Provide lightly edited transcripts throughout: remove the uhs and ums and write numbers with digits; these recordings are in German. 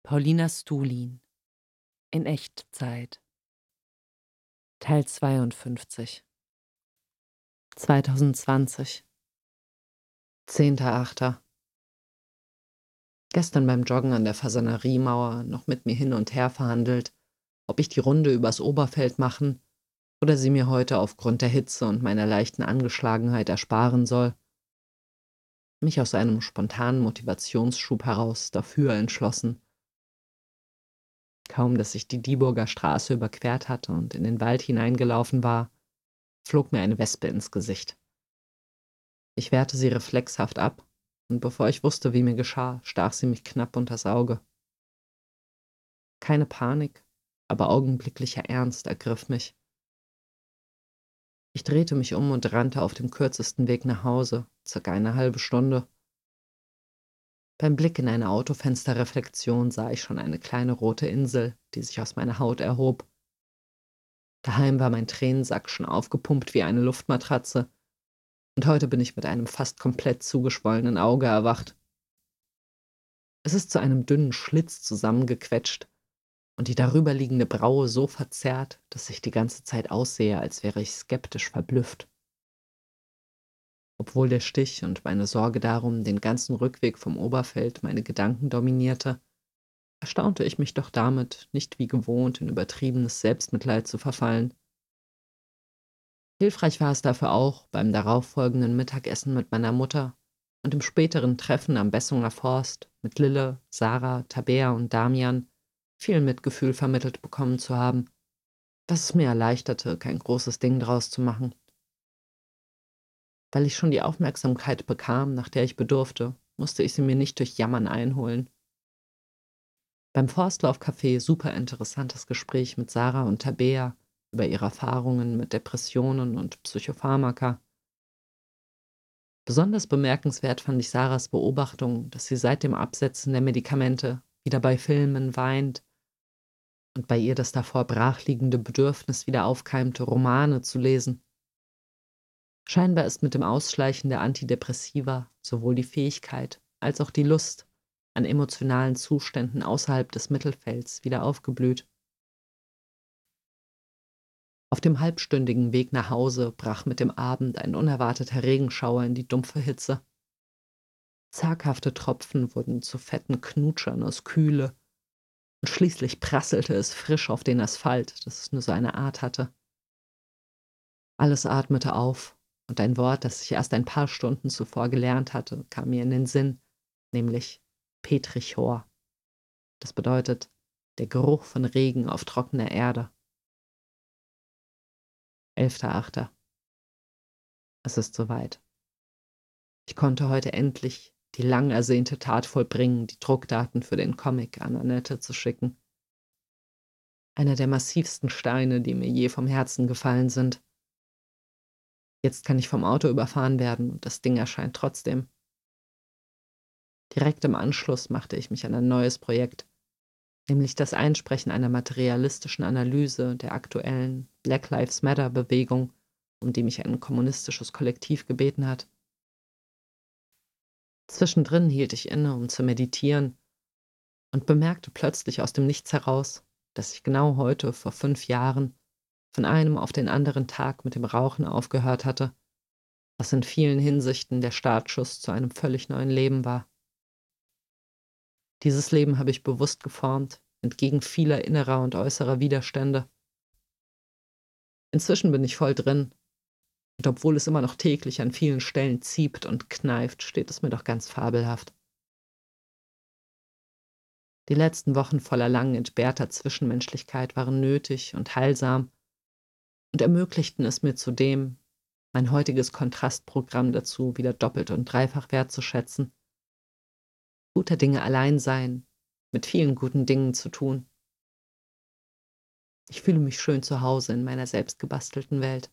Paulina Stulin in Echtzeit Teil 52 2020 10.8. Gestern beim Joggen an der Fasaneriemauer noch mit mir hin und her verhandelt, ob ich die Runde übers Oberfeld machen oder sie mir heute aufgrund der Hitze und meiner leichten Angeschlagenheit ersparen soll. Mich aus einem spontanen Motivationsschub heraus dafür entschlossen. Kaum, dass ich die Dieburger Straße überquert hatte und in den Wald hineingelaufen war, flog mir eine Wespe ins Gesicht. Ich wehrte sie reflexhaft ab, und bevor ich wusste, wie mir geschah, stach sie mich knapp unters Auge. Keine Panik, aber augenblicklicher Ernst ergriff mich. Ich drehte mich um und rannte auf dem kürzesten Weg nach Hause, circa eine halbe Stunde. Beim Blick in eine Autofensterreflexion sah ich schon eine kleine rote Insel, die sich aus meiner Haut erhob. Daheim war mein Tränensack schon aufgepumpt wie eine Luftmatratze, und heute bin ich mit einem fast komplett zugeschwollenen Auge erwacht. Es ist zu einem dünnen Schlitz zusammengequetscht und die darüberliegende Braue so verzerrt, dass ich die ganze Zeit aussehe, als wäre ich skeptisch verblüfft. Obwohl der Stich und meine Sorge darum den ganzen Rückweg vom Oberfeld meine Gedanken dominierte, erstaunte ich mich doch damit, nicht wie gewohnt in übertriebenes Selbstmitleid zu verfallen. Hilfreich war es dafür auch, beim darauffolgenden Mittagessen mit meiner Mutter und im späteren Treffen am Bessunger Forst mit Lille, Sarah, Tabea und Damian viel Mitgefühl vermittelt bekommen zu haben, was es mir erleichterte, kein großes Ding draus zu machen. Weil ich schon die Aufmerksamkeit bekam, nach der ich bedurfte, musste ich sie mir nicht durch Jammern einholen. Beim Forstlaufcafé super interessantes Gespräch mit Sarah und Tabea über ihre Erfahrungen mit Depressionen und Psychopharmaka. Besonders bemerkenswert fand ich Sarahs Beobachtung, dass sie seit dem Absetzen der Medikamente wieder bei Filmen weint und bei ihr das davor brachliegende Bedürfnis wieder aufkeimte, Romane zu lesen. Scheinbar ist mit dem Ausschleichen der Antidepressiva sowohl die Fähigkeit als auch die Lust an emotionalen Zuständen außerhalb des Mittelfelds wieder aufgeblüht. Auf dem halbstündigen Weg nach Hause brach mit dem Abend ein unerwarteter Regenschauer in die dumpfe Hitze. Zaghafte Tropfen wurden zu fetten Knutschern aus Kühle, und schließlich prasselte es frisch auf den Asphalt, dass es nur so eine Art hatte. Alles atmete auf, und ein Wort, das ich erst ein paar Stunden zuvor gelernt hatte, kam mir in den Sinn, nämlich Petrichor. Das bedeutet der Geruch von Regen auf trockener Erde. 11.8. Es ist soweit. Ich konnte heute endlich die lang ersehnte Tat vollbringen, die Druckdaten für den Comic an Annette zu schicken. Einer der massivsten Steine, die mir je vom Herzen gefallen sind. Jetzt kann ich vom Auto überfahren werden und das Ding erscheint trotzdem. Direkt im Anschluss machte ich mich an ein neues Projekt, nämlich das Einsprechen einer materialistischen Analyse der aktuellen Black Lives Matter-Bewegung, um die mich ein kommunistisches Kollektiv gebeten hat. Zwischendrin hielt ich inne, um zu meditieren, und bemerkte plötzlich aus dem Nichts heraus, dass ich genau heute vor 5 Jahren von einem auf den anderen Tag mit dem Rauchen aufgehört hatte, was in vielen Hinsichten der Startschuss zu einem völlig neuen Leben war. Dieses Leben habe ich bewusst geformt, entgegen vieler innerer und äußerer Widerstände. Inzwischen bin ich voll drin, und obwohl es immer noch täglich an vielen Stellen ziept und kneift, steht es mir doch ganz fabelhaft. Die letzten Wochen voller lang entbehrter Zwischenmenschlichkeit waren nötig und heilsam und ermöglichten es mir zudem, mein heutiges Kontrastprogramm dazu wieder doppelt und dreifach wertzuschätzen. Guter Dinge allein sein, mit vielen guten Dingen zu tun. Ich fühle mich schön zu Hause in meiner selbstgebastelten Welt.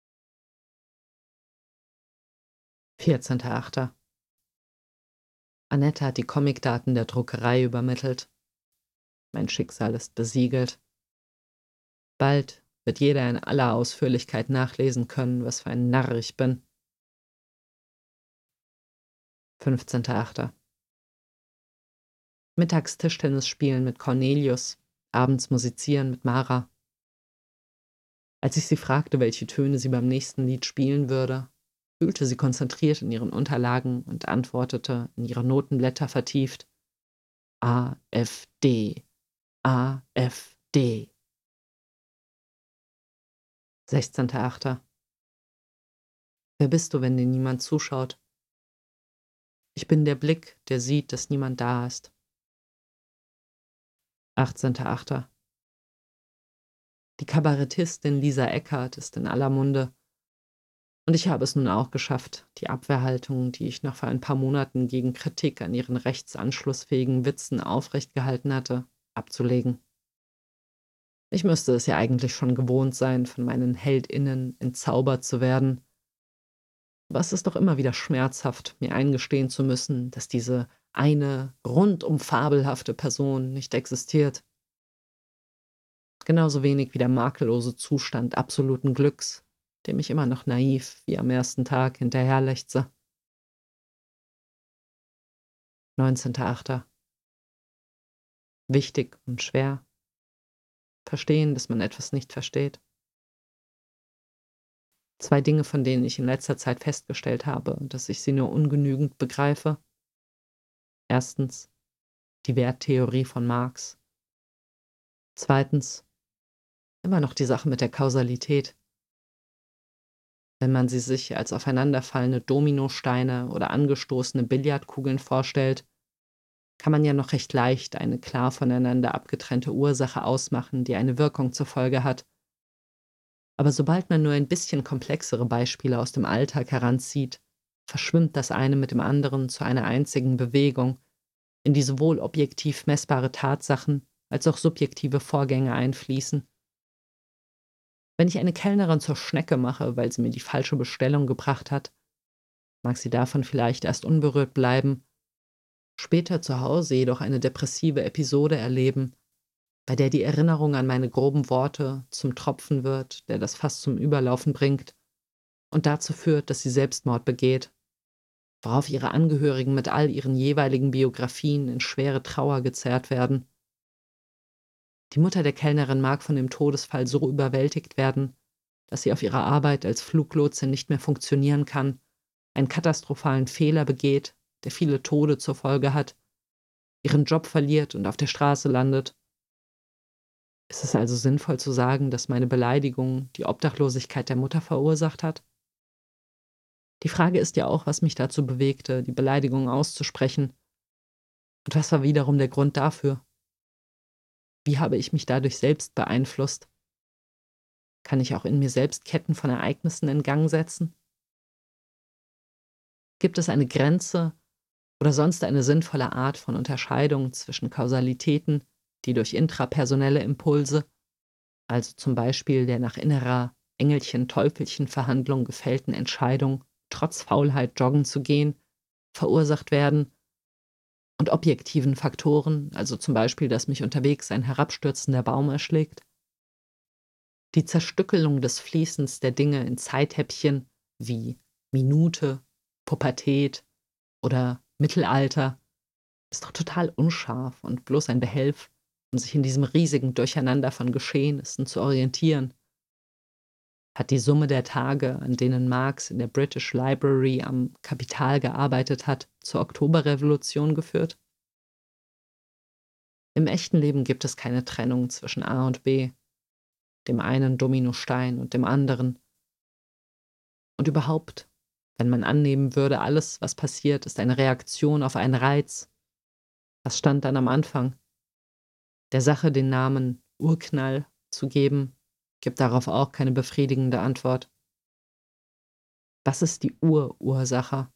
14.8. Annette hat die Comicdaten der Druckerei übermittelt. Mein Schicksal ist besiegelt. Bald wird jeder in aller Ausführlichkeit nachlesen können, was für ein Narr ich bin. 15.8. Mittags Tischtennis spielen mit Cornelius, abends musizieren mit Mara. Als ich sie fragte, welche Töne sie beim nächsten Lied spielen würde, wühlte sie konzentriert in ihren Unterlagen und antwortete in ihre Notenblätter vertieft: A, F, D, A, F, D. 16.8. Wer bist du, wenn dir niemand zuschaut? Ich bin der Blick, der sieht, dass niemand da ist. 18.8. Die Kabarettistin Lisa Eckert ist in aller Munde. Und ich habe es nun auch geschafft, die Abwehrhaltung, die ich noch vor ein paar Monaten gegen Kritik an ihren rechtsanschlussfähigen Witzen aufrecht gehalten hatte, abzulegen. Ich müsste es ja eigentlich schon gewohnt sein, von meinen HeldInnen entzaubert zu werden. Aber es ist doch immer wieder schmerzhaft, mir eingestehen zu müssen, dass diese eine rundum fabelhafte Person nicht existiert. Genauso wenig wie der makellose Zustand absoluten Glücks, dem ich immer noch naiv wie am ersten Tag hinterherlechze. 19.8. Wichtig und schwer. Verstehen, dass man etwas nicht versteht. 2 Dinge, von denen ich in letzter Zeit festgestellt habe, dass ich sie nur ungenügend begreife. Erstens, die Werttheorie von Marx. Zweitens, immer noch die Sache mit der Kausalität. Wenn man sie sich als aufeinanderfallende Dominosteine oder angestoßene Billardkugeln vorstellt, kann man ja noch recht leicht eine klar voneinander abgetrennte Ursache ausmachen, die eine Wirkung zur Folge hat. Aber sobald man nur ein bisschen komplexere Beispiele aus dem Alltag heranzieht, verschwimmt das eine mit dem anderen zu einer einzigen Bewegung, in die sowohl objektiv messbare Tatsachen als auch subjektive Vorgänge einfließen. Wenn ich eine Kellnerin zur Schnecke mache, weil sie mir die falsche Bestellung gebracht hat, mag sie davon vielleicht erst unberührt bleiben, später zu Hause jedoch eine depressive Episode erleben, bei der die Erinnerung an meine groben Worte zum Tropfen wird, der das Fass zum Überlaufen bringt und dazu führt, dass sie Selbstmord begeht, worauf ihre Angehörigen mit all ihren jeweiligen Biografien in schwere Trauer gezerrt werden. Die Mutter der Kellnerin mag von dem Todesfall so überwältigt werden, dass sie auf ihrer Arbeit als Fluglotsin nicht mehr funktionieren kann, einen katastrophalen Fehler begeht, der viele Tode zur Folge hat, ihren Job verliert und auf der Straße landet. Ist es also sinnvoll zu sagen, dass meine Beleidigung die Obdachlosigkeit der Mutter verursacht hat? Die Frage ist ja auch, was mich dazu bewegte, die Beleidigung auszusprechen. Und was war wiederum der Grund dafür? Wie habe ich mich dadurch selbst beeinflusst? Kann ich auch in mir selbst Ketten von Ereignissen in Gang setzen? Gibt es eine Grenze oder sonst eine sinnvolle Art von Unterscheidung zwischen Kausalitäten, die durch intrapersonelle Impulse, also zum Beispiel der nach innerer Engelchen-Teufelchen-Verhandlung gefällten Entscheidung, trotz Faulheit joggen zu gehen, verursacht werden, und objektiven Faktoren, also zum Beispiel, dass mich unterwegs ein herabstürzender Baum erschlägt? Die Zerstückelung des Fließens der Dinge in Zeithäppchen wie Minute, Pubertät oder Mittelalter ist doch total unscharf und bloß ein Behelf, um sich in diesem riesigen Durcheinander von Geschehnissen zu orientieren. Hat die Summe der Tage, an denen Marx in der British Library am Kapital gearbeitet hat, zur Oktoberrevolution geführt? Im echten Leben gibt es keine Trennung zwischen A und B, dem einen Dominostein und dem anderen. Und überhaupt, wenn man annehmen würde, alles, was passiert, ist eine Reaktion auf einen Reiz. Was stand dann am Anfang? Der Sache den Namen Urknall zu geben, gibt darauf auch keine befriedigende Antwort. Was ist die Ursache?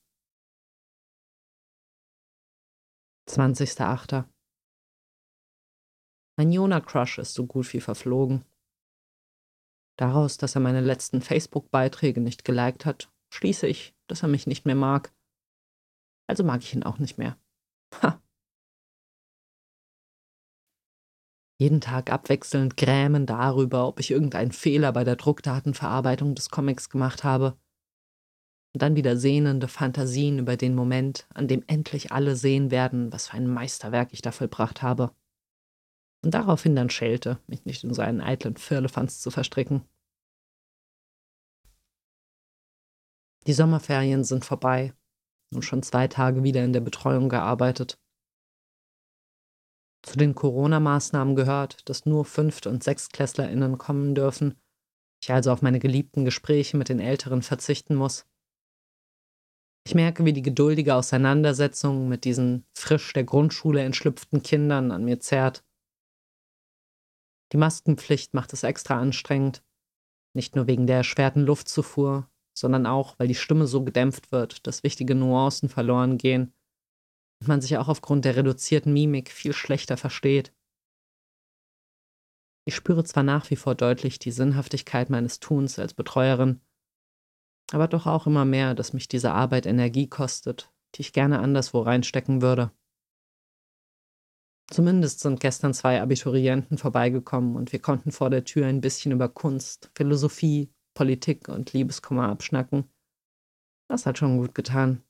20.8. Mein Jona-Crush ist so gut wie verflogen. Daraus, dass er meine letzten Facebook-Beiträge nicht geliked hat, schließe ich, dass er mich nicht mehr mag. Also mag ich ihn auch nicht mehr. Ha! Jeden Tag abwechselnd Grämen darüber, ob ich irgendeinen Fehler bei der Druckdatenverarbeitung des Comics gemacht habe. Und dann wieder sehnende Fantasien über den Moment, an dem endlich alle sehen werden, was für ein Meisterwerk ich da vollbracht habe. Und daraufhin dann schälte, mich nicht in so einen eitlen Firlefanz zu verstricken. Die Sommerferien sind vorbei und schon 2 Tage wieder in der Betreuung gearbeitet. Zu den Corona-Maßnahmen gehört, dass nur Fünft- und SechstklässlerInnen kommen dürfen, ich also auf meine geliebten Gespräche mit den Älteren verzichten muss. Ich merke, wie die geduldige Auseinandersetzung mit diesen frisch der Grundschule entschlüpften Kindern an mir zerrt. Die Maskenpflicht macht es extra anstrengend, nicht nur wegen der erschwerten Luftzufuhr, sondern auch, weil die Stimme so gedämpft wird, dass wichtige Nuancen verloren gehen und man sich auch aufgrund der reduzierten Mimik viel schlechter versteht. Ich spüre zwar nach wie vor deutlich die Sinnhaftigkeit meines Tuns als Betreuerin, aber doch auch immer mehr, dass mich diese Arbeit Energie kostet, die ich gerne anderswo reinstecken würde. Zumindest sind gestern 2 Abiturienten vorbeigekommen und wir konnten vor der Tür ein bisschen über Kunst, Philosophie, Politik und Liebeskummer abschnacken. Das hat schon gut getan.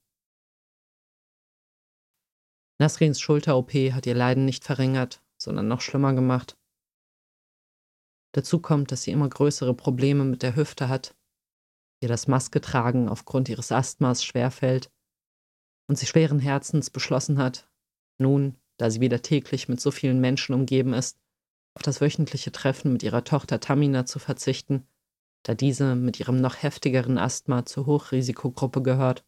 Nasrins Schulter-OP hat ihr Leiden nicht verringert, sondern noch schlimmer gemacht. Dazu kommt, dass sie immer größere Probleme mit der Hüfte hat, ihr das Masketragen aufgrund ihres Asthmas schwerfällt und sie schweren Herzens beschlossen hat, nun, da sie wieder täglich mit so vielen Menschen umgeben ist, auf das wöchentliche Treffen mit ihrer Tochter Tamina zu verzichten, da diese mit ihrem noch heftigeren Asthma zur Hochrisikogruppe gehört.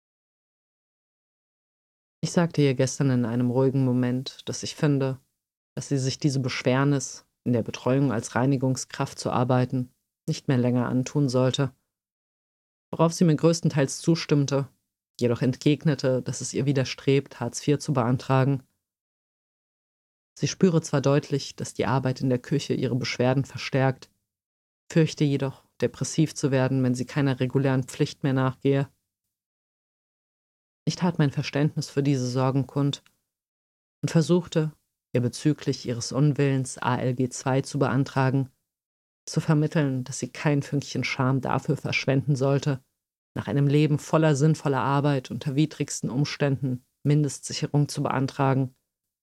Ich sagte ihr gestern in einem ruhigen Moment, dass ich finde, dass sie sich diese Beschwernis, in der Betreuung als Reinigungskraft zu arbeiten, nicht mehr länger antun sollte, worauf sie mir größtenteils zustimmte, jedoch entgegnete, dass es ihr widerstrebt, Hartz IV zu beantragen. Sie spüre zwar deutlich, dass die Arbeit in der Küche ihre Beschwerden verstärkt, fürchte jedoch, depressiv zu werden, wenn sie keiner regulären Pflicht mehr nachgehe. Ich tat mein Verständnis für diese Sorgen kund und versuchte, ihr bezüglich ihres Unwillens, ALG II zu beantragen, zu vermitteln, dass sie kein Fünkchen Scham dafür verschwenden sollte, nach einem Leben voller sinnvoller Arbeit unter widrigsten Umständen Mindestsicherung zu beantragen.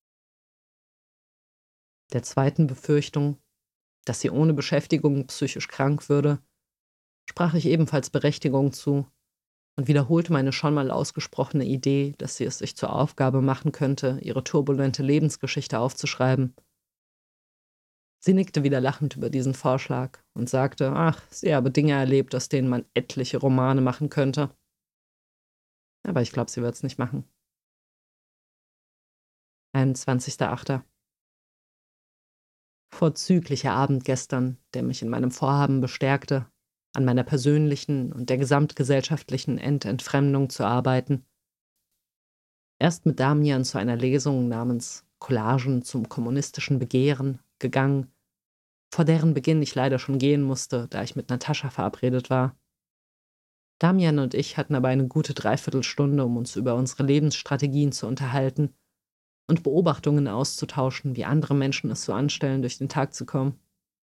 Der zweiten Befürchtung, dass sie ohne Beschäftigung psychisch krank würde, sprach ich ebenfalls Berechtigung zu und wiederholte meine schon mal ausgesprochene Idee, dass sie es sich zur Aufgabe machen könnte, ihre turbulente Lebensgeschichte aufzuschreiben. Sie nickte wieder lachend über diesen Vorschlag und sagte, ach, sie habe Dinge erlebt, aus denen man etliche Romane machen könnte. Aber ich glaube, sie wird es nicht machen. 21.08. Vorzüglicher Abend gestern, der mich in meinem Vorhaben bestärkte, an meiner persönlichen und der gesamtgesellschaftlichen Entfremdung zu arbeiten. Erst mit Damian zu einer Lesung namens Collagen zum kommunistischen Begehren gegangen, vor deren Beginn ich leider schon gehen musste, da ich mit Natascha verabredet war. Damian und ich hatten aber eine gute Dreiviertelstunde, um uns über unsere Lebensstrategien zu unterhalten und Beobachtungen auszutauschen, wie andere Menschen es so anstellen, durch den Tag zu kommen.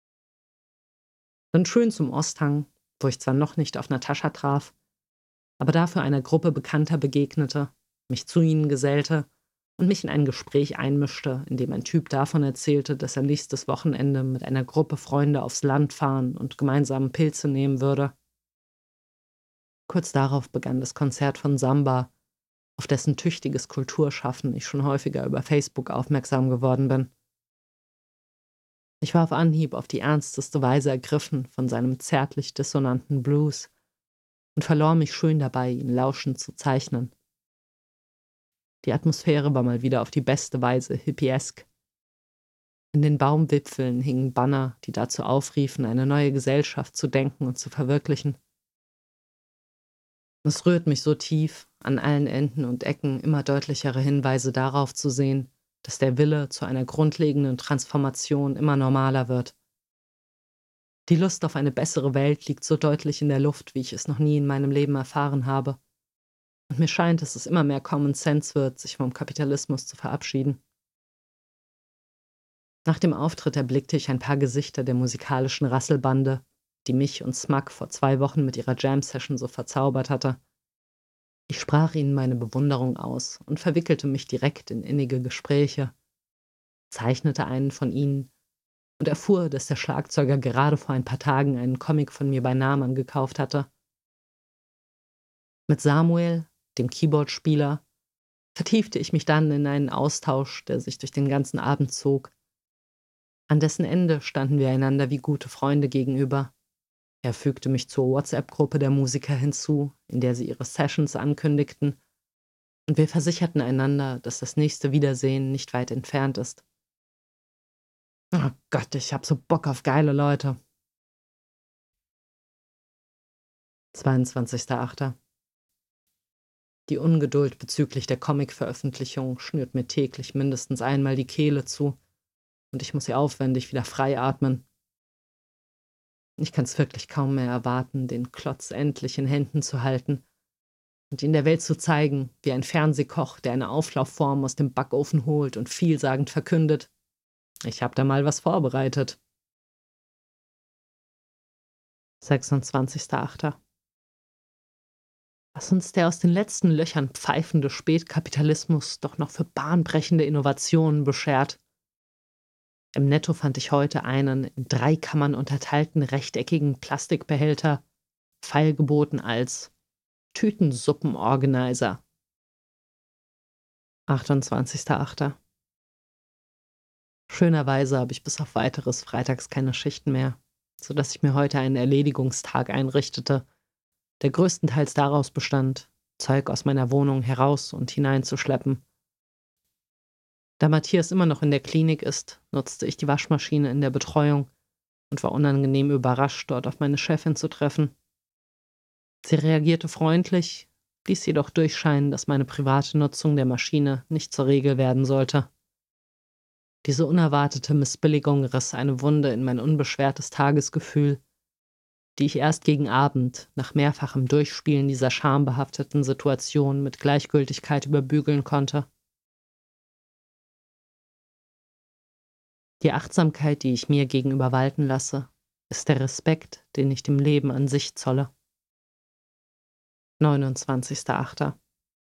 Dann schön zum Osthang, wo ich zwar noch nicht auf Natascha traf, aber dafür einer Gruppe Bekannter begegnete, mich zu ihnen gesellte und mich in ein Gespräch einmischte, in dem ein Typ davon erzählte, dass er nächstes Wochenende mit einer Gruppe Freunde aufs Land fahren und gemeinsam Pilze nehmen würde. Kurz darauf begann das Konzert von Samba, auf dessen tüchtiges Kulturschaffen ich schon häufiger über Facebook aufmerksam geworden bin. Ich war auf Anhieb auf die ernsteste Weise ergriffen von seinem zärtlich dissonanten Blues und verlor mich schön dabei, ihn lauschend zu zeichnen. Die Atmosphäre war mal wieder auf die beste Weise hippiesk. In den Baumwipfeln hingen Banner, die dazu aufriefen, eine neue Gesellschaft zu denken und zu verwirklichen. Es rührt mich so tief, an allen Enden und Ecken immer deutlichere Hinweise darauf zu sehen, dass der Wille zu einer grundlegenden Transformation immer normaler wird. Die Lust auf eine bessere Welt liegt so deutlich in der Luft, wie ich es noch nie in meinem Leben erfahren habe. Und mir scheint, dass es immer mehr Common Sense wird, sich vom Kapitalismus zu verabschieden. Nach dem Auftritt erblickte ich ein paar Gesichter der musikalischen Rasselbande, die mich und Smug vor 2 Wochen mit ihrer Jam-Session so verzaubert hatte. Ich sprach ihnen meine Bewunderung aus und verwickelte mich direkt in innige Gespräche, zeichnete einen von ihnen und erfuhr, dass der Schlagzeuger gerade vor ein paar Tagen einen Comic von mir bei Namen gekauft hatte. Mit Samuel, dem Keyboardspieler, vertiefte ich mich dann in einen Austausch, der sich durch den ganzen Abend zog. An dessen Ende standen wir einander wie gute Freunde gegenüber. Er fügte mich zur WhatsApp-Gruppe der Musiker hinzu, in der sie ihre Sessions ankündigten, und wir versicherten einander, dass das nächste Wiedersehen nicht weit entfernt ist. Oh Gott, ich hab so Bock auf geile Leute. 22.08. Die Ungeduld bezüglich der Comic-Veröffentlichung schnürt mir täglich mindestens einmal die Kehle zu und ich muss sie aufwendig wieder frei atmen. Ich kann's wirklich kaum mehr erwarten, den Klotz endlich in Händen zu halten und ihn der Welt zu zeigen, wie ein Fernsehkoch, der eine Auflaufform aus dem Backofen holt und vielsagend verkündet: Ich hab da mal was vorbereitet. 26.08. Was uns der aus den letzten Löchern pfeifende Spätkapitalismus doch noch für bahnbrechende Innovationen beschert. Im Netto fand ich heute einen in 3 Kammern unterteilten rechteckigen Plastikbehälter, feilgeboten als Tütensuppenorganizer. 28.08. Schönerweise habe ich bis auf Weiteres freitags keine Schichten mehr, sodass ich mir heute einen Erledigungstag einrichtete, der größtenteils daraus bestand, Zeug aus meiner Wohnung heraus und hineinzuschleppen. Da Matthias immer noch in der Klinik ist, nutzte ich die Waschmaschine in der Betreuung und war unangenehm überrascht, dort auf meine Chefin zu treffen. Sie reagierte freundlich, ließ jedoch durchscheinen, dass meine private Nutzung der Maschine nicht zur Regel werden sollte. Diese unerwartete Missbilligung riss eine Wunde in mein unbeschwertes Tagesgefühl, die ich erst gegen Abend, nach mehrfachem Durchspielen dieser schambehafteten Situation, mit Gleichgültigkeit überbügeln konnte. Die Achtsamkeit, die ich mir gegenüber walten lasse, ist der Respekt, den ich dem Leben an sich zolle. 29.08.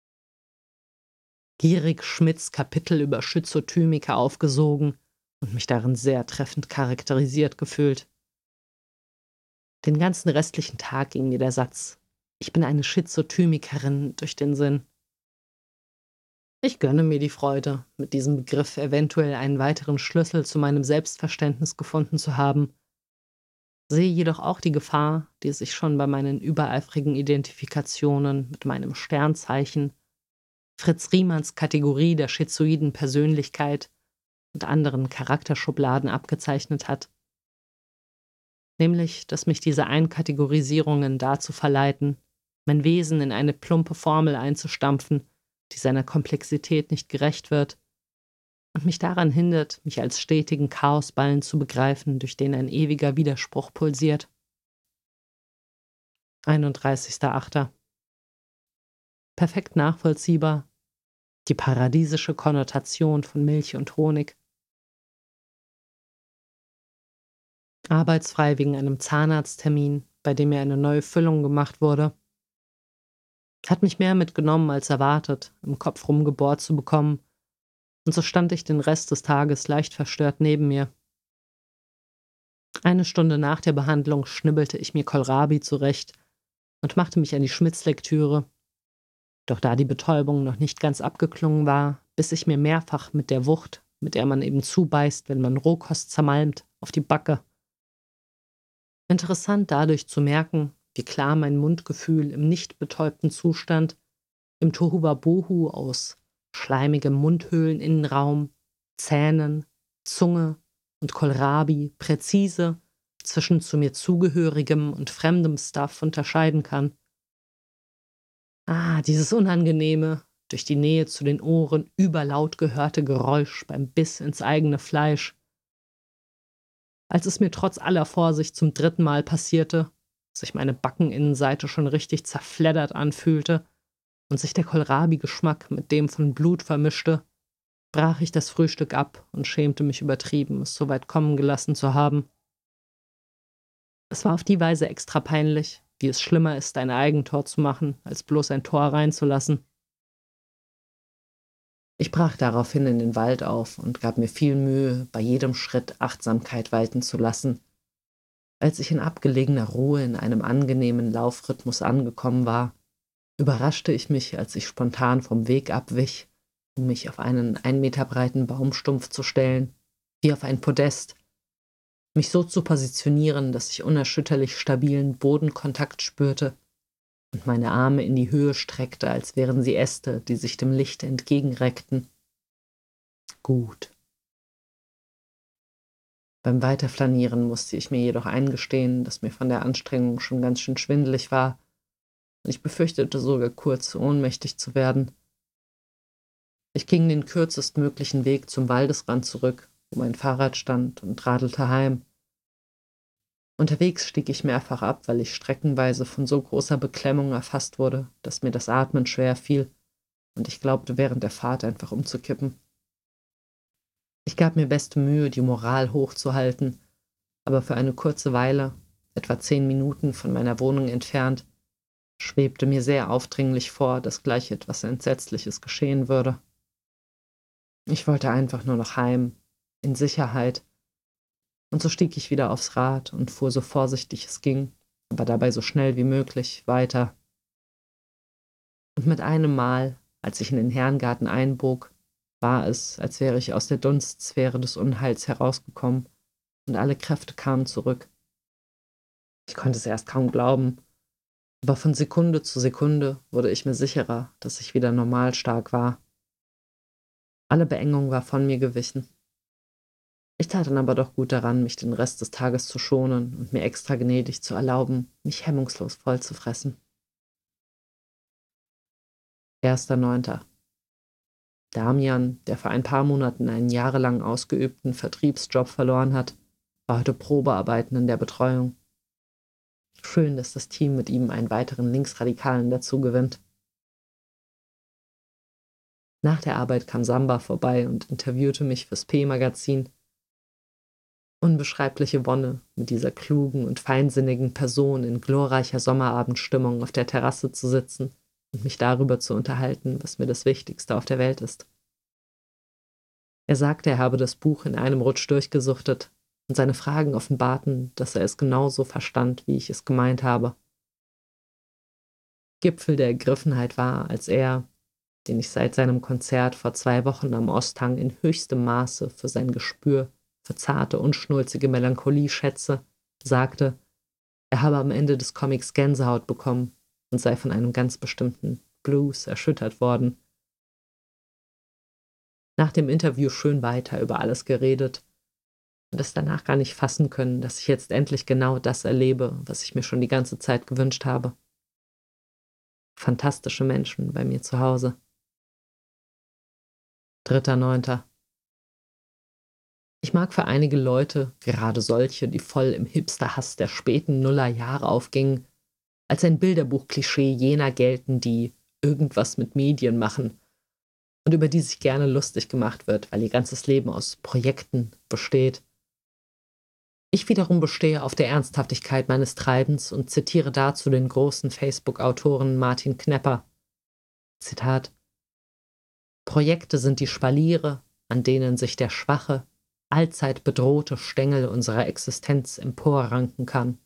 Gierig Schmidts Kapitel über Schizotymiker aufgesogen und mich darin sehr treffend charakterisiert gefühlt. Den ganzen restlichen Tag ging mir der Satz: Ich bin eine Schizotymikerin durch den Sinn. Ich gönne mir die Freude, mit diesem Begriff eventuell einen weiteren Schlüssel zu meinem Selbstverständnis gefunden zu haben, sehe jedoch auch die Gefahr, die sich schon bei meinen übereifrigen Identifikationen mit meinem Sternzeichen, Fritz Riemanns Kategorie der schizoiden Persönlichkeit und anderen Charakterschubladen abgezeichnet hat. Nämlich, dass mich diese Einkategorisierungen dazu verleiten, mein Wesen in eine plumpe Formel einzustampfen, die seiner Komplexität nicht gerecht wird und mich daran hindert, mich als stetigen Chaosballen zu begreifen, durch den ein ewiger Widerspruch pulsiert. 31.08. Perfekt nachvollziehbar. Die paradiesische Konnotation von Milch und Honig. Arbeitsfrei wegen einem Zahnarzttermin, bei dem mir eine neue Füllung gemacht wurde. Hat mich mehr mitgenommen als erwartet, im Kopf rumgebohrt zu bekommen, und so stand ich den Rest des Tages leicht verstört neben mir. Eine Stunde nach der Behandlung schnibbelte ich mir Kohlrabi zurecht und machte mich an die Schmitz-Lektüre. Doch da die Betäubung noch nicht ganz abgeklungen war, biss ich mir mehrfach mit der Wucht, mit der man eben zubeißt, wenn man Rohkost zermalmt, auf die Backe. Interessant dadurch zu merken, wie klar mein Mundgefühl im nicht betäubten Zustand, im Tohuwabohu aus schleimigem Mundhöhleninnenraum, Zähnen, Zunge und Kohlrabi präzise zwischen zu mir zugehörigem und fremdem Stuff unterscheiden kann. Dieses unangenehme, durch die Nähe zu den Ohren überlaut gehörte Geräusch beim Biss ins eigene Fleisch. Als es mir trotz aller Vorsicht zum 3. Mal passierte, sich meine Backeninnenseite schon richtig zerfleddert anfühlte und sich der Kohlrabi-Geschmack mit dem von Blut vermischte, brach ich das Frühstück ab und schämte mich übertrieben, es so weit kommen gelassen zu haben. Es war auf die Weise extra peinlich, wie es schlimmer ist, ein Eigentor zu machen, als bloß ein Tor reinzulassen. Ich brach daraufhin in den Wald auf und gab mir viel Mühe, bei jedem Schritt Achtsamkeit walten zu lassen. Als ich in abgelegener Ruhe in einem angenehmen Laufrhythmus angekommen war, überraschte ich mich, als ich spontan vom Weg abwich, um mich auf einen 1 Meter breiten Baumstumpf zu stellen, wie auf ein Podest, mich so zu positionieren, dass ich unerschütterlich stabilen Bodenkontakt spürte und meine Arme in die Höhe streckte, als wären sie Äste, die sich dem Licht entgegenreckten. Gut. Beim Weiterflanieren musste ich mir jedoch eingestehen, dass mir von der Anstrengung schon ganz schön schwindelig war und ich befürchtete sogar kurz, ohnmächtig zu werden. Ich ging den kürzestmöglichen Weg zum Waldesrand zurück, wo mein Fahrrad stand, und radelte heim. Unterwegs stieg ich mehrfach ab, weil ich streckenweise von so großer Beklemmung erfasst wurde, dass mir das Atmen schwer fiel und ich glaubte, während der Fahrt einfach umzukippen. Ich gab mir beste Mühe, die Moral hochzuhalten, aber für eine kurze Weile, etwa 10 Minuten von meiner Wohnung entfernt, schwebte mir sehr aufdringlich vor, dass gleich etwas Entsetzliches geschehen würde. Ich wollte einfach nur noch heim, in Sicherheit, und so stieg ich wieder aufs Rad und fuhr so vorsichtig es ging, aber dabei so schnell wie möglich weiter. Und mit einem Mal, als ich in den Herrengarten einbog, war es, als wäre ich aus der Dunstsphäre des Unheils herausgekommen und alle Kräfte kamen zurück. Ich konnte es erst kaum glauben, aber von Sekunde zu Sekunde wurde ich mir sicherer, dass ich wieder normal stark war. Alle Beengung war von mir gewichen. Ich tat dann aber doch gut daran, mich den Rest des Tages zu schonen und mir extra gnädig zu erlauben, mich hemmungslos voll zu fressen. 1.9. Damian, der vor ein paar Monaten einen jahrelang ausgeübten Vertriebsjob verloren hat, war heute Probearbeiten in der Betreuung. Schön, dass das Team mit ihm einen weiteren Linksradikalen dazu gewinnt. Nach der Arbeit kam Samba vorbei und interviewte mich fürs P-Magazin. Unbeschreibliche Wonne, mit dieser klugen und feinsinnigen Person in glorreicher Sommerabendstimmung auf der Terrasse zu sitzen und mich darüber zu unterhalten, was mir das Wichtigste auf der Welt ist. Er sagte, er habe das Buch in einem Rutsch durchgesuchtet und seine Fragen offenbarten, dass er es genauso verstand, wie ich es gemeint habe. Gipfel der Ergriffenheit war, als er, den ich seit seinem Konzert vor 2 Wochen am Osthang in höchstem Maße für sein Gespür für zarte, unschnulzige Melancholie schätze, sagte, er habe am Ende des Comics Gänsehaut bekommen und sei von einem ganz bestimmten Blues erschüttert worden. Nach dem Interview schön weiter über alles geredet und es danach gar nicht fassen können, dass ich jetzt endlich genau das erlebe, was ich mir schon die ganze Zeit gewünscht habe. Fantastische Menschen bei mir zu Hause. 3.9. Ich mag für einige Leute, gerade solche, die voll im Hipsterhass der späten Nullerjahre aufgingen, als ein Bilderbuch-Klischee jener gelten, die irgendwas mit Medien machen und über die sich gerne lustig gemacht wird, weil ihr ganzes Leben aus Projekten besteht. Ich wiederum bestehe auf der Ernsthaftigkeit meines Treibens und zitiere dazu den großen Facebook-Autoren Martin Knepper. Zitat: Projekte sind die Spaliere, an denen sich der schwache, allzeit bedrohte Stängel unserer Existenz emporranken kann.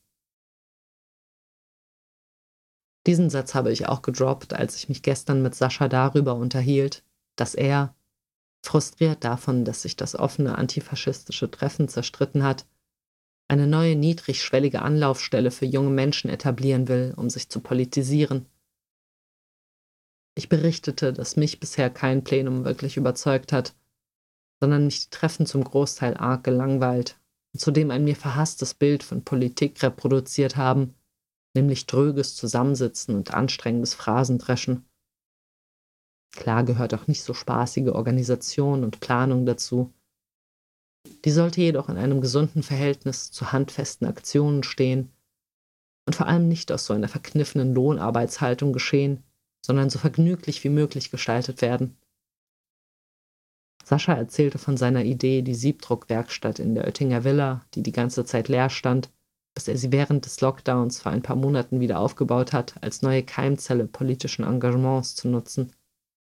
Diesen Satz habe ich auch gedroppt, als ich mich gestern mit Sascha darüber unterhielt, dass er, frustriert davon, dass sich das offene antifaschistische Treffen zerstritten hat, eine neue niedrigschwellige Anlaufstelle für junge Menschen etablieren will, um sich zu politisieren. Ich berichtete, dass mich bisher kein Plenum wirklich überzeugt hat, sondern mich die Treffen zum Großteil arg gelangweilt und zudem ein mir verhasstes Bild von Politik reproduziert haben, nämlich dröges Zusammensitzen und anstrengendes Phrasendreschen. Klar gehört auch nicht so spaßige Organisation und Planung dazu. Die sollte jedoch in einem gesunden Verhältnis zu handfesten Aktionen stehen und vor allem nicht aus so einer verkniffenen Lohnarbeitshaltung geschehen, sondern so vergnüglich wie möglich gestaltet werden. Sascha erzählte von seiner Idee, die Siebdruckwerkstatt in der Oettinger Villa, die die ganze Zeit leer stand, bis er sie während des Lockdowns vor ein paar Monaten wieder aufgebaut hat, als neue Keimzelle politischen Engagements zu nutzen.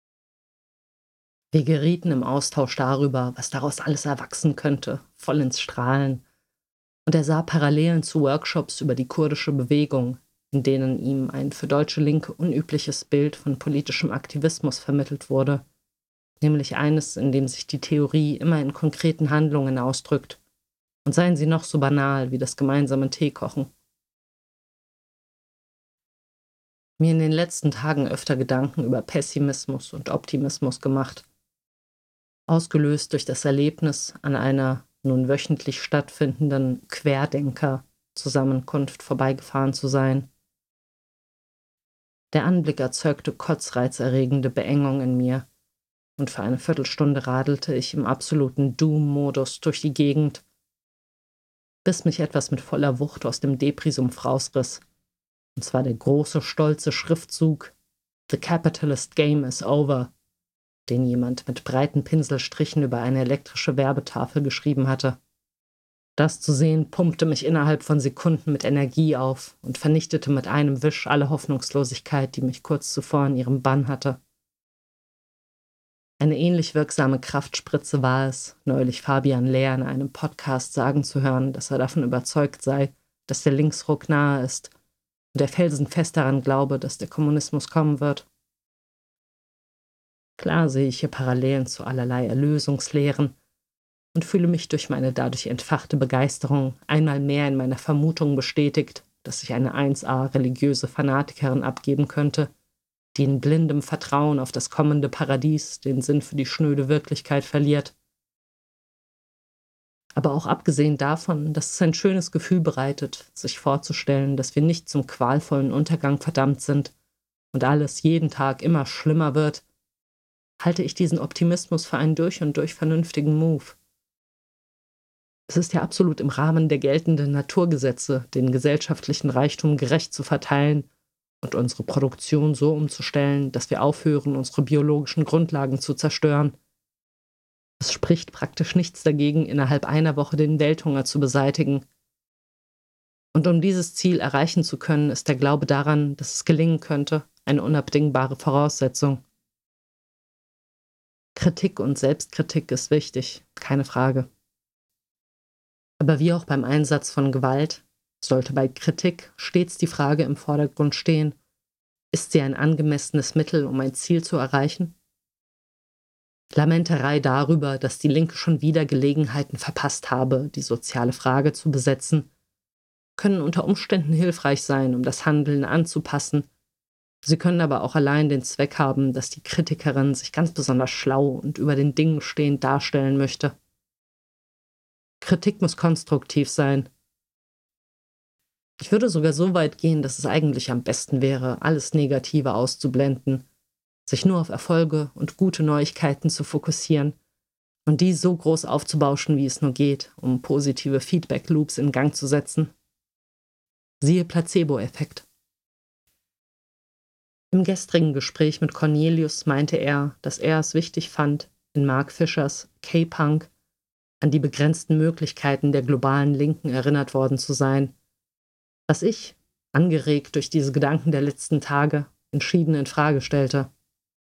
Wir gerieten im Austausch darüber, was daraus alles erwachsen könnte, voll ins Strahlen. Und er sah Parallelen zu Workshops über die kurdische Bewegung, in denen ihm ein für deutsche Linke unübliches Bild von politischem Aktivismus vermittelt wurde, nämlich eines, in dem sich die Theorie immer in konkreten Handlungen ausdrückt, und seien sie noch so banal wie das gemeinsame Teekochen. Mir in den letzten Tagen öfter Gedanken über Pessimismus und Optimismus gemacht, ausgelöst durch das Erlebnis, an einer nun wöchentlich stattfindenden Querdenker-Zusammenkunft vorbeigefahren zu sein. Der Anblick erzeugte kotzreizerregende Beengung in mir, und für eine Viertelstunde radelte ich im absoluten Doom-Modus durch die Gegend, bis mich etwas mit voller Wucht aus dem Depri-Sumpf rausriss. Und zwar der große, stolze Schriftzug „The Capitalist Game is over", den jemand mit breiten Pinselstrichen über eine elektrische Werbetafel geschrieben hatte. Das zu sehen, pumpte mich innerhalb von Sekunden mit Energie auf und vernichtete mit einem Wisch alle Hoffnungslosigkeit, die mich kurz zuvor in ihrem Bann hatte. Eine ähnlich wirksame Kraftspritze war es, neulich Fabian Lehr in einem Podcast sagen zu hören, dass er davon überzeugt sei, dass der Linksruck nahe ist und er felsenfest daran glaube, dass der Kommunismus kommen wird. Klar sehe ich hier Parallelen zu allerlei Erlösungslehren und fühle mich durch meine dadurch entfachte Begeisterung einmal mehr in meiner Vermutung bestätigt, dass ich eine 1A religiöse Fanatikerin abgeben könnte, die in blindem Vertrauen auf das kommende Paradies den Sinn für die schnöde Wirklichkeit verliert. Aber auch abgesehen davon, dass es ein schönes Gefühl bereitet, sich vorzustellen, dass wir nicht zum qualvollen Untergang verdammt sind und alles jeden Tag immer schlimmer wird, halte ich diesen Optimismus für einen durch und durch vernünftigen Move. Es ist ja absolut im Rahmen der geltenden Naturgesetze, den gesellschaftlichen Reichtum gerecht zu verteilen und unsere Produktion so umzustellen, dass wir aufhören, unsere biologischen Grundlagen zu zerstören. Es spricht praktisch nichts dagegen, innerhalb einer Woche den Welthunger zu beseitigen. Und um dieses Ziel erreichen zu können, ist der Glaube daran, dass es gelingen könnte, eine unabdingbare Voraussetzung. Kritik und Selbstkritik ist wichtig, keine Frage. Aber wie auch beim Einsatz von Gewalt, sollte bei Kritik stets die Frage im Vordergrund stehen: Ist sie ein angemessenes Mittel, um ein Ziel zu erreichen? Lamenterei darüber, dass die Linke schon wieder Gelegenheiten verpasst habe, die soziale Frage zu besetzen, können unter Umständen hilfreich sein, um das Handeln anzupassen. Sie können aber auch allein den Zweck haben, dass die Kritikerin sich ganz besonders schlau und über den Dingen stehend darstellen möchte. Kritik muss konstruktiv sein. Ich würde sogar so weit gehen, dass es eigentlich am besten wäre, alles Negative auszublenden, sich nur auf Erfolge und gute Neuigkeiten zu fokussieren und die so groß aufzubauschen, wie es nur geht, um positive Feedback-Loops in Gang zu setzen. Siehe Placebo-Effekt. Im gestrigen Gespräch mit Cornelius meinte er, dass er es wichtig fand, in Mark Fischers K-Punk an die begrenzten Möglichkeiten der globalen Linken erinnert worden zu sein, was ich, angeregt durch diese Gedanken der letzten Tage, entschieden in Frage stellte.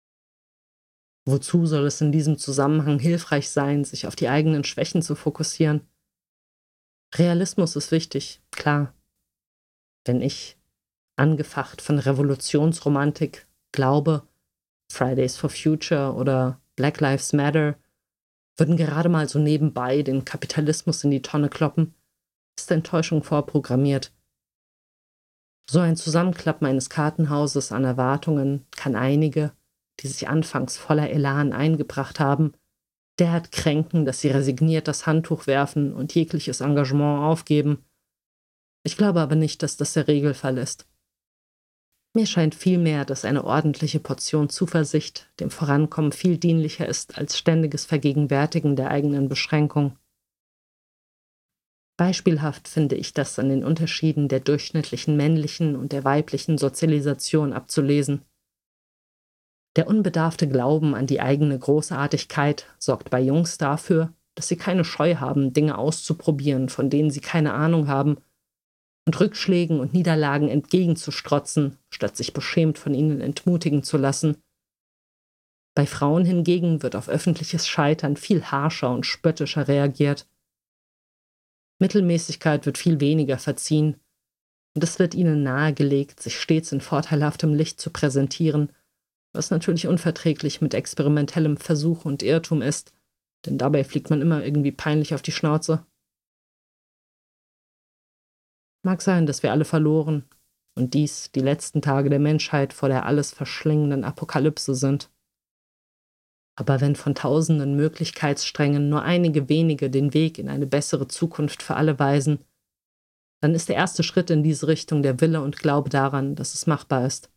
Wozu soll es in diesem Zusammenhang hilfreich sein, sich auf die eigenen Schwächen zu fokussieren? Realismus ist wichtig, klar. Wenn ich, angefacht von Revolutionsromantik, glaube, Fridays for Future oder Black Lives Matter würden gerade mal so nebenbei den Kapitalismus in die Tonne kloppen, ist Enttäuschung vorprogrammiert. So ein Zusammenklappen eines Kartenhauses an Erwartungen kann einige, die sich anfangs voller Elan eingebracht haben, derart kränken, dass sie resigniert das Handtuch werfen und jegliches Engagement aufgeben. Ich glaube aber nicht, dass das der Regelfall ist. Mir scheint vielmehr, dass eine ordentliche Portion Zuversicht dem Vorankommen viel dienlicher ist als ständiges Vergegenwärtigen der eigenen Beschränkung. Beispielhaft finde ich das an den Unterschieden der durchschnittlichen männlichen und der weiblichen Sozialisation abzulesen. Der unbedarfte Glauben an die eigene Großartigkeit sorgt bei Jungs dafür, dass sie keine Scheu haben, Dinge auszuprobieren, von denen sie keine Ahnung haben, und Rückschlägen und Niederlagen entgegenzustrotzen, statt sich beschämt von ihnen entmutigen zu lassen. Bei Frauen hingegen wird auf öffentliches Scheitern viel harscher und spöttischer reagiert. Mittelmäßigkeit wird viel weniger verziehen, und es wird ihnen nahegelegt, sich stets in vorteilhaftem Licht zu präsentieren, was natürlich unverträglich mit experimentellem Versuch und Irrtum ist, denn dabei fliegt man immer irgendwie peinlich auf die Schnauze. Mag sein, dass wir alle verloren und dies die letzten Tage der Menschheit vor der alles verschlingenden Apokalypse sind. Aber wenn von tausenden Möglichkeitssträngen nur einige wenige den Weg in eine bessere Zukunft für alle weisen, dann ist der erste Schritt in diese Richtung der Wille und Glaube daran, dass es machbar ist.